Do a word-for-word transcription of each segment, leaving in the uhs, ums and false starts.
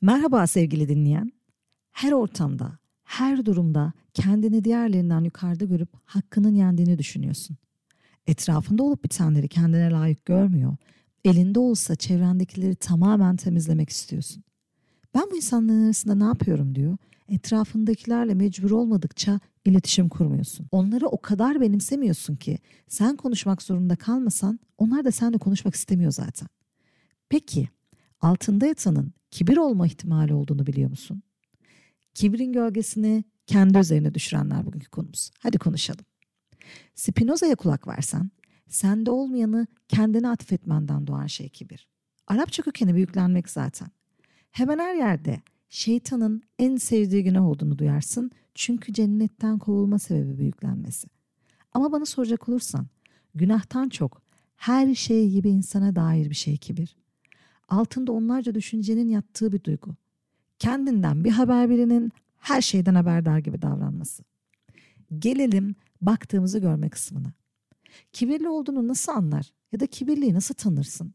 Merhaba sevgili dinleyen. Her ortamda, her durumda kendini diğerlerinden yukarıda görüp hakkının yendiğini düşünüyorsun. Etrafında olup bitenleri kendine layık görmüyor, elinde olsa çevrendekileri tamamen temizlemek istiyorsun. Ben bu insanların arasında ne yapıyorum diyor. Etrafındakilerle mecbur olmadıkça iletişim kurmuyorsun. Onları o kadar benimsemiyorsun ki sen konuşmak zorunda kalmasan onlar da seninle konuşmak istemiyor zaten. Peki altında yatanın kibir olma ihtimali olduğunu biliyor musun? Kibrin gölgesini kendi üzerine düşürenler bugünkü konumuz. Hadi konuşalım. Spinoza'ya kulak versen, sende olmayanı kendine atfetmenden doğan şey kibir. Arapça kökeni büyüklenmek zaten. Hemen her yerde şeytanın en sevdiği günah olduğunu duyarsın. Çünkü cennetten kovulma sebebi büyüklenmesi. Ama bana soracak olursan, günahtan çok her şey gibi insana dair bir şey kibir. Altında onlarca düşüncenin yattığı bir duygu. Kendinden bir haber birinin her şeyden haberdar gibi davranması. Gelelim baktığımızı görme kısmına. Kibirli olduğunu nasıl anlar ya da kibirliyi nasıl tanırsın?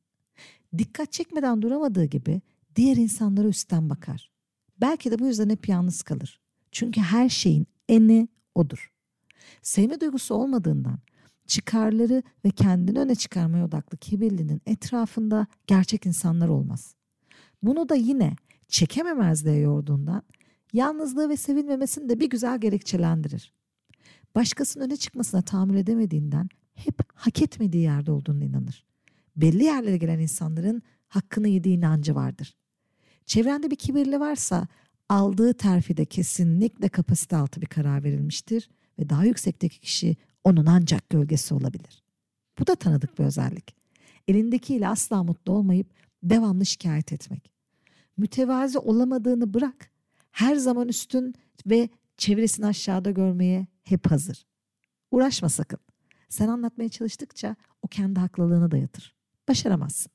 Dikkat çekmeden duramadığı gibi diğer insanlara üstten bakar. Belki de bu yüzden hep yalnız kalır. Çünkü her şeyin eni odur. Sevme duygusu olmadığından çıkarları ve kendini öne çıkarmaya odaklı kibirlinin etrafında gerçek insanlar olmaz. Bunu da yine çekememezliğe yorduğundan yalnızlığı ve sevilmemesini de bir güzel gerekçelendirir. Başkasının öne çıkmasına tahammül edemediğinden hep hak etmediği yerde olduğunu inanır. Belli yerlere gelen insanların hakkını yediği inancı vardır. Çevrende bir kibirli varsa aldığı terfide kesinlikle kapasite altı bir karar verilmiştir ve daha yüksekteki kişi onun ancak gölgesi olabilir. Bu da tanıdık bir özellik. Elindekiyle asla mutlu olmayıp devamlı şikayet etmek. Mütevazi olamadığını bırak, her zaman üstün ve çevresini aşağıda görmeye hep hazır. Uğraşma sakın. Sen anlatmaya çalıştıkça o kendi haklılığını dayatır. Başaramazsın.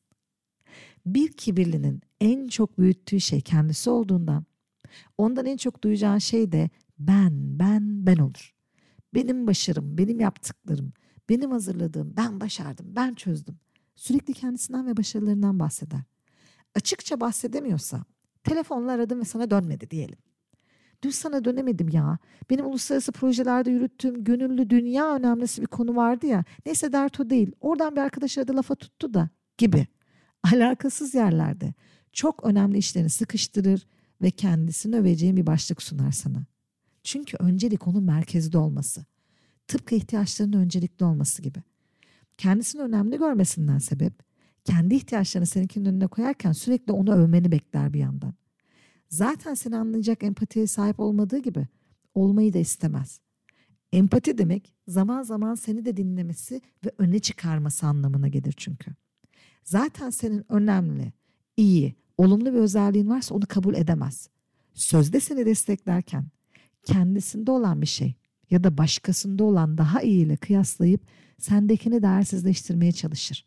Bir kibirlinin en çok büyüttüğü şey kendisi olduğundan, ondan en çok duyacağın şey de ben, ben, ben olur. Benim başarım, benim yaptıklarım, benim hazırladığım, ben başardım, ben çözdüm. Sürekli kendisinden ve başarılarından bahseder. Açıkça bahsedemiyorsa, telefonla aradım ve sana dönmedi diyelim. Dün sana dönemedim ya. Benim uluslararası projelerde yürüttüğüm gönüllü dünya önemlisi bir konu vardı ya. Neyse dert o değil. Oradan bir arkadaş aradı lafa tuttu da gibi. Alakasız yerlerde çok önemli işlerini sıkıştırır ve kendisini öveceğin bir başlık sunar sana. Çünkü öncelik onun merkezde olması. Tıpkı ihtiyaçlarının öncelikli olması gibi. Kendisini önemli görmesinden sebep, kendi ihtiyaçlarını seninkinin önüne koyarken sürekli onu övmeni bekler bir yandan. Zaten seni anlayacak empatiye sahip olmadığı gibi olmayı da istemez. Empati demek zaman zaman seni de dinlemesi ve öne çıkarması anlamına gelir çünkü. Zaten senin önemli, iyi, olumlu bir özelliğin varsa onu kabul edemez. Sözde seni desteklerken kendisinde olan bir şey ya da başkasında olan daha iyi ile kıyaslayıp sendekini değersizleştirmeye çalışır.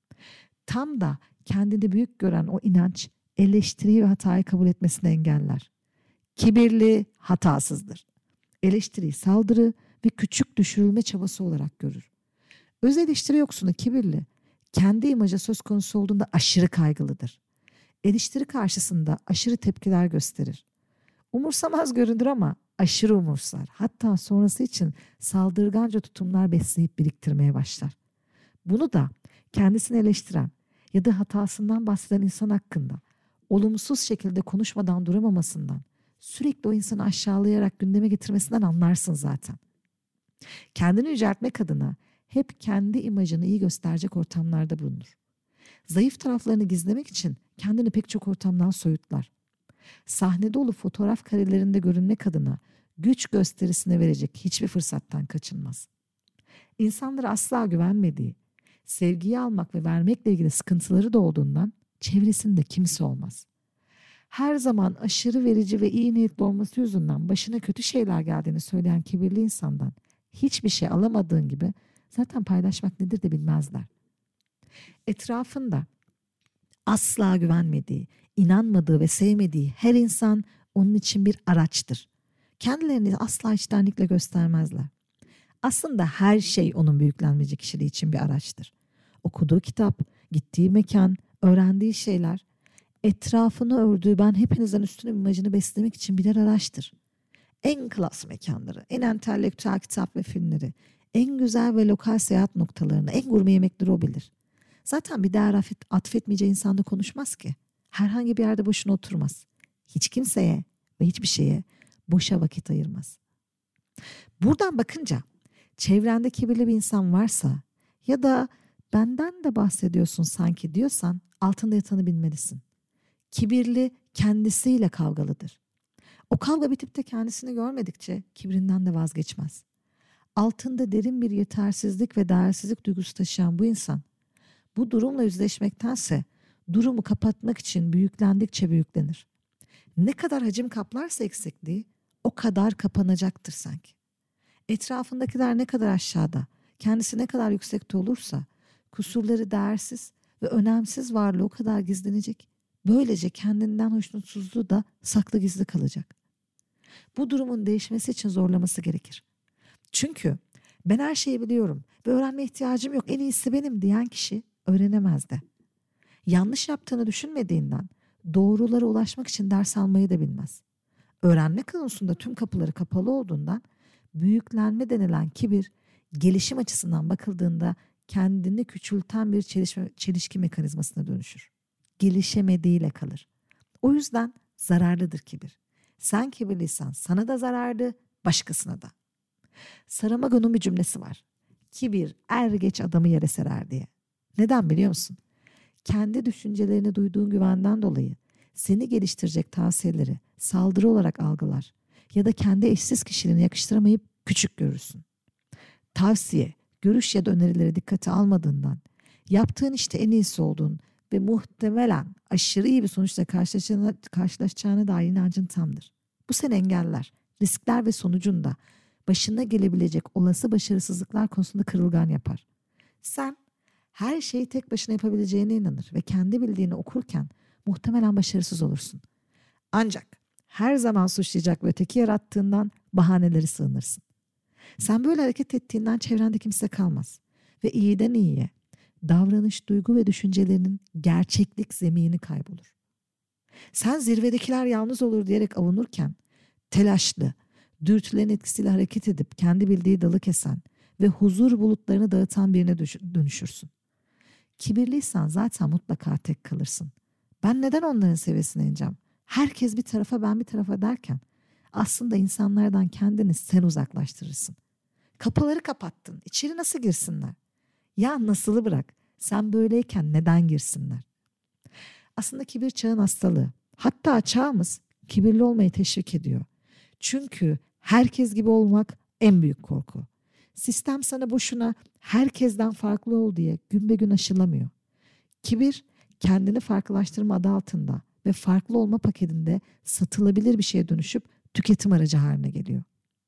Tam da kendini büyük gören o inanç eleştiriyi ve hatayı kabul etmesini engeller. Kibirli hatasızdır. Eleştiriyi saldırı ve küçük düşürülme çabası olarak görür. Öz eleştiri yoksunu kibirli, kendi imajı söz konusu olduğunda aşırı kaygılıdır. Eleştiri karşısında aşırı tepkiler gösterir. Umursamaz görünür ama aşırı umursar. Hatta sonrası için saldırganca tutumlar besleyip biriktirmeye başlar. Bunu da kendisini eleştiren ya da hatasından bahseden insan hakkında olumsuz şekilde konuşmadan duramamasından, sürekli o insanı aşağılayarak gündeme getirmesinden anlarsın zaten. Kendini yüceltmek adına hep kendi imajını iyi gösterecek ortamlarda bulunur. Zayıf taraflarını gizlemek için kendini pek çok ortamdan soyutlar. Sahne dolu fotoğraf karelerinde görünmek adına güç gösterisine verecek hiçbir fırsattan kaçınmaz. İnsanlara asla güvenmediği, sevgiyi almak ve vermekle ilgili sıkıntıları da olduğundan çevresinde kimse olmaz. Her zaman aşırı verici ve iyi niyetli olması yüzünden başına kötü şeyler geldiğini söyleyen kibirli insandan hiçbir şey alamadığın gibi zaten paylaşmak nedir de bilmezler. Etrafında asla güvenmediği, inanmadığı ve sevmediği her insan onun için bir araçtır. Kendilerini asla içtenlikle göstermezler. Aslında her şey onun büyüklenmeci kişiliği için bir araçtır. Okuduğu kitap, gittiği mekan, öğrendiği şeyler, Etrafını ördüğü ben hepinizden üstünüm imajını beslemek için birer araçtır. En klas mekanları, en entelektüel kitap ve filmleri, en güzel ve lokal seyahat noktalarını, en gurme yemekleri o bilir. Zaten bir değer affet, atfetmeyeceği insanda konuşmaz ki. Herhangi bir yerde boşuna oturmaz. Hiç kimseye ve hiçbir şeye boşa vakit ayırmaz. Buradan bakınca çevrende kibirli bir insan varsa ya da benden de bahsediyorsun sanki diyorsan altında yatanı bilmelisin. Kibirli kendisiyle kavgalıdır. O kavga bitip de kendisini görmedikçe kibrinden de vazgeçmez. Altında derin bir yetersizlik ve değersizlik duygusu taşıyan bu insan bu durumla yüzleşmektense durumu kapatmak için büyüklendikçe büyüklenir. Ne kadar hacim kaplarsa eksikliği o kadar kapanacaktır sanki. Etrafındakiler ne kadar aşağıda, kendisi ne kadar yüksekte olursa kusurları değersiz ve önemsiz varlığı o kadar gizlenecek. Böylece kendinden hoşnutsuzluğu da saklı gizli kalacak. Bu durumun değişmesi için zorlaması gerekir. Çünkü ben her şeyi biliyorum ve öğrenmeye ihtiyacım yok, en iyisi benim diyen kişi öğrenemez de. Yanlış yaptığını düşünmediğinden doğrulara ulaşmak için ders almayı da bilmez. Öğrenme konusunda tüm kapıları kapalı olduğundan büyüklenme denilen kibir gelişim açısından bakıldığında kendini küçülten bir çelişme, çelişki mekanizmasına dönüşür. Gelişemediğiyle kalır. O yüzden zararlıdır kibir. Sen kibirliysen sana da zararlı, başkasına da. Saramago'nun bir cümlesi var. Kibir er geç adamı yere serer diye. Neden biliyor musun? Kendi düşüncelerine duyduğun güvenden dolayı seni geliştirecek tavsiyeleri saldırı olarak algılar ya da kendi eşsiz kişiliğine yakıştıramayıp küçük görürsün. Tavsiye, görüş ya da önerileri dikkate almadığından, yaptığın işte en iyisi olduğun ve muhtemelen aşırı iyi bir sonuçla karşılaşacağına, karşılaşacağına dair inancın tamdır. Bu seni engeller, riskler ve sonucunda başına gelebilecek olası başarısızlıklar konusunda kırılgan yapar. Sen her şeyi tek başına yapabileceğine inanır ve kendi bildiğini okurken muhtemelen başarısız olursun. Ancak her zaman suçlayacak ve öteki yarattığından bahaneleri sığınırsın. Sen böyle hareket ettiğinden çevrende kimse kalmaz ve iyiden iyiye davranış, duygu ve düşüncelerinin gerçeklik zemini kaybolur. Sen zirvedekiler yalnız olur diyerek avunurken telaşlı, dürtülerin etkisiyle hareket edip kendi bildiği dalı kesen ve huzur bulutlarını dağıtan birine dönüşürsün. Kibirliysen zaten mutlaka tek kalırsın. Ben neden onların seviyesine ineceğim? Herkes bir tarafa, ben bir tarafa derken aslında insanlardan kendini sen uzaklaştırırsın. Kapıları kapattın. İçeri nasıl girsinler? Ya nasılı bırak. Sen böyleyken neden girsinler? Aslında kibir çağın hastalığı. Hatta çağımız kibirli olmayı teşvik ediyor. Çünkü herkes gibi olmak en büyük korku. Sistem sana boşuna herkesten farklı ol diye gün be gün aşılamıyor. Kibir kendini farklılaştırma adı altında ve farklı olma paketinde satılabilir bir şeye dönüşüp tüketim aracı haline geliyor.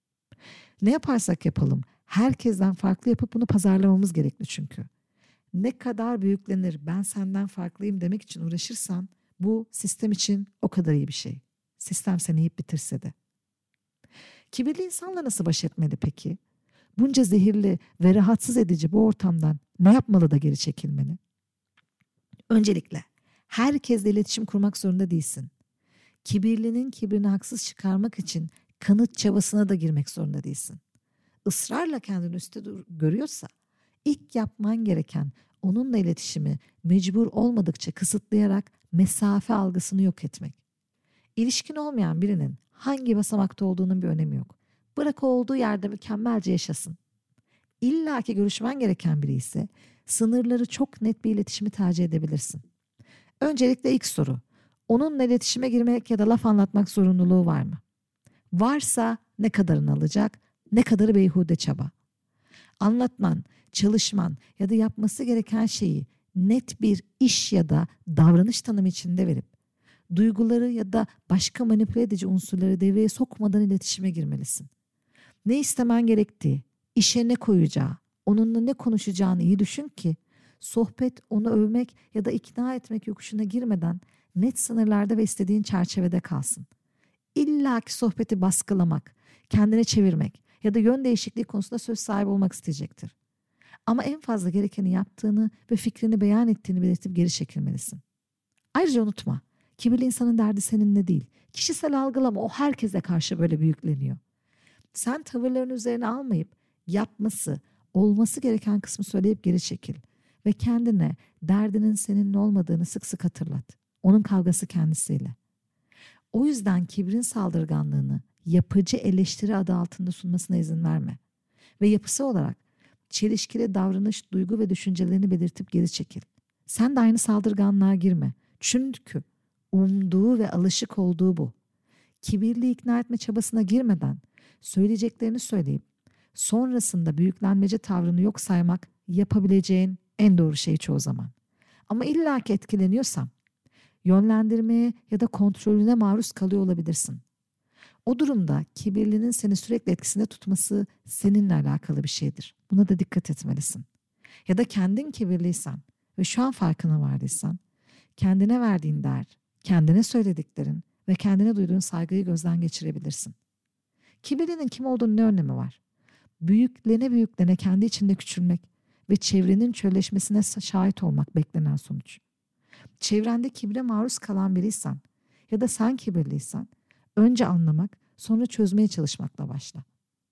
Ne yaparsak yapalım herkesten farklı yapıp bunu pazarlamamız gerekli çünkü. Ne kadar büyüklenir ben senden farklıyım demek için uğraşırsan bu sistem için o kadar iyi bir şey. Sistem seni yiyip bitirse de. Kibirli insanla nasıl baş etmeli peki? Bunca zehirli ve rahatsız edici bu ortamdan ne yapmalı da geri çekilmeli? Öncelikle herkesle iletişim kurmak zorunda değilsin. Kibirlinin kibrini haksız çıkarmak için kanıt çabasına da girmek zorunda değilsin. Israrla kendini üstte dur- görüyorsa ilk yapman gereken onunla iletişimi mecbur olmadıkça kısıtlayarak mesafe algısını yok etmek. İlişkin olmayan birinin hangi basamakta olduğunun bir önemi yok. Bırak o olduğu yerde mükemmelce yaşasın. İlla ki görüşmen gereken biri ise sınırları çok net bir iletişimi tercih edebilirsin. Öncelikle ilk soru. Onunla iletişime girmek ya da laf anlatmak zorunluluğu var mı? Varsa ne kadarını alacak, ne kadarı beyhude çaba? Anlatman, çalışman ya da yapması gereken şeyi net bir iş ya da davranış tanımı içinde verip duyguları ya da başka manipüle edici unsurları devreye sokmadan iletişime girmelisin. Ne istemen gerektiği, işe ne koyacağı, onunla ne konuşacağını iyi düşün ki sohbet onu övmek ya da ikna etmek yokuşuna girmeden net sınırlarda ve istediğin çerçevede kalsın. İlla ki sohbeti baskılamak, kendine çevirmek ya da yön değişikliği konusunda söz sahibi olmak isteyecektir. Ama en fazla gerekeni yaptığını ve fikrini beyan ettiğini belirtip geri çekilmelisin. Ayrıca unutma, Kibirli insanın derdi seninle değil. Kişisel algılama, o herkese karşı böyle büyükleniyor. Sen tavırlarını üzerine almayıp yapması, olması gereken kısmı söyleyip geri çekil. Ve kendine derdinin seninle olmadığını sık sık hatırlat. Onun kavgası kendisiyle. O yüzden kibrin saldırganlığını yapıcı eleştiri adı altında sunmasına izin verme. Ve yapısı olarak çelişkili davranış, duygu ve düşüncelerini belirtip geri çekil. Sen de aynı saldırganlığa girme. Çünkü umduğu ve alışık olduğu bu. Kibirli ikna etme çabasına girmeden söyleyeceklerini söyleyip sonrasında büyüklenmeci tavrını yok saymak yapabileceğin en doğru şey çoğu zaman. Ama illaki etkileniyorsan yönlendirmeye ya da kontrolüne maruz kalıyor olabilirsin. O durumda kibirlinin seni sürekli etkisinde tutması seninle alakalı bir şeydir. Buna da dikkat etmelisin. Ya da kendin kibirliysen ve şu an farkına vardıysan kendine verdiğin değer, kendine söylediklerin ve kendine duyduğun saygıyı gözden geçirebilirsin. Kibirlinin kim olduğunun ne önemi var? Büyüklene büyüklene kendi içinde küçülmek ve çevrenin çölleşmesine şahit olmak beklenen sonuç. Çevrende kibre maruz kalan biriysen ya da sen kibirliysen önce anlamak, sonra çözmeye çalışmakla başla.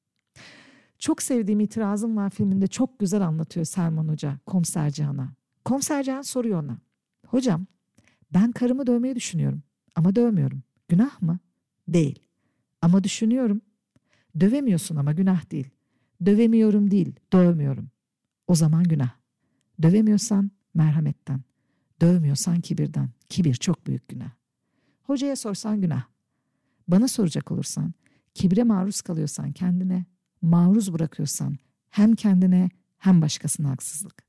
Çok sevdiğim İtirazım Var filminde çok güzel anlatıyor Selman Hoca Komiser Cihan'a. Komiser Cihan soruyor ona. Hocam, ben karımı dövmeyi düşünüyorum ama dövmüyorum. Günah mı? Değil. Ama düşünüyorum. Dövemiyorsun ama günah değil. Dövemiyorum değil, dövmüyorum. O zaman günah. Dövemiyorsan merhametten. Dövmüyorsan kibirden. Kibir çok büyük günah. Hocaya sorsan günah. Bana soracak olursan, kibre maruz kalıyorsan kendine, maruz bırakıyorsan hem kendine hem başkasına haksızlık.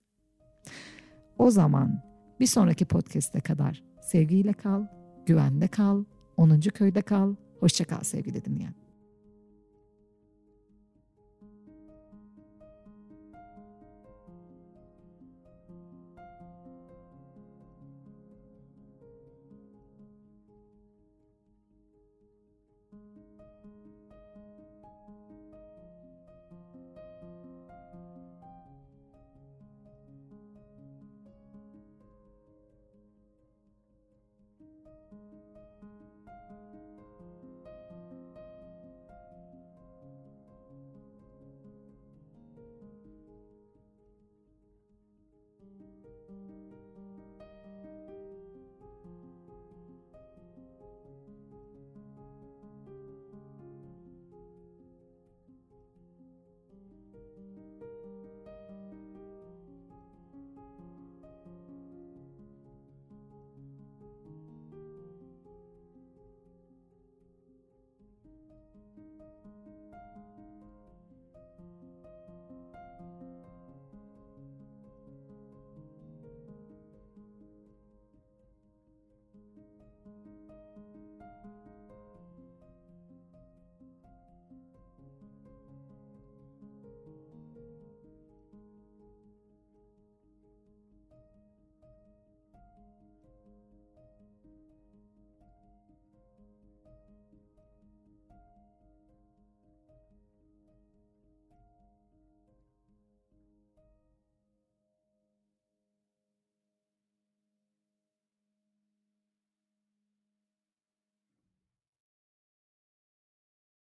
O zaman bir sonraki podcast'e kadar sevgiyle kal, güvende kal, onuncu köyde kal. Hoşça kal sevgili dinleyen.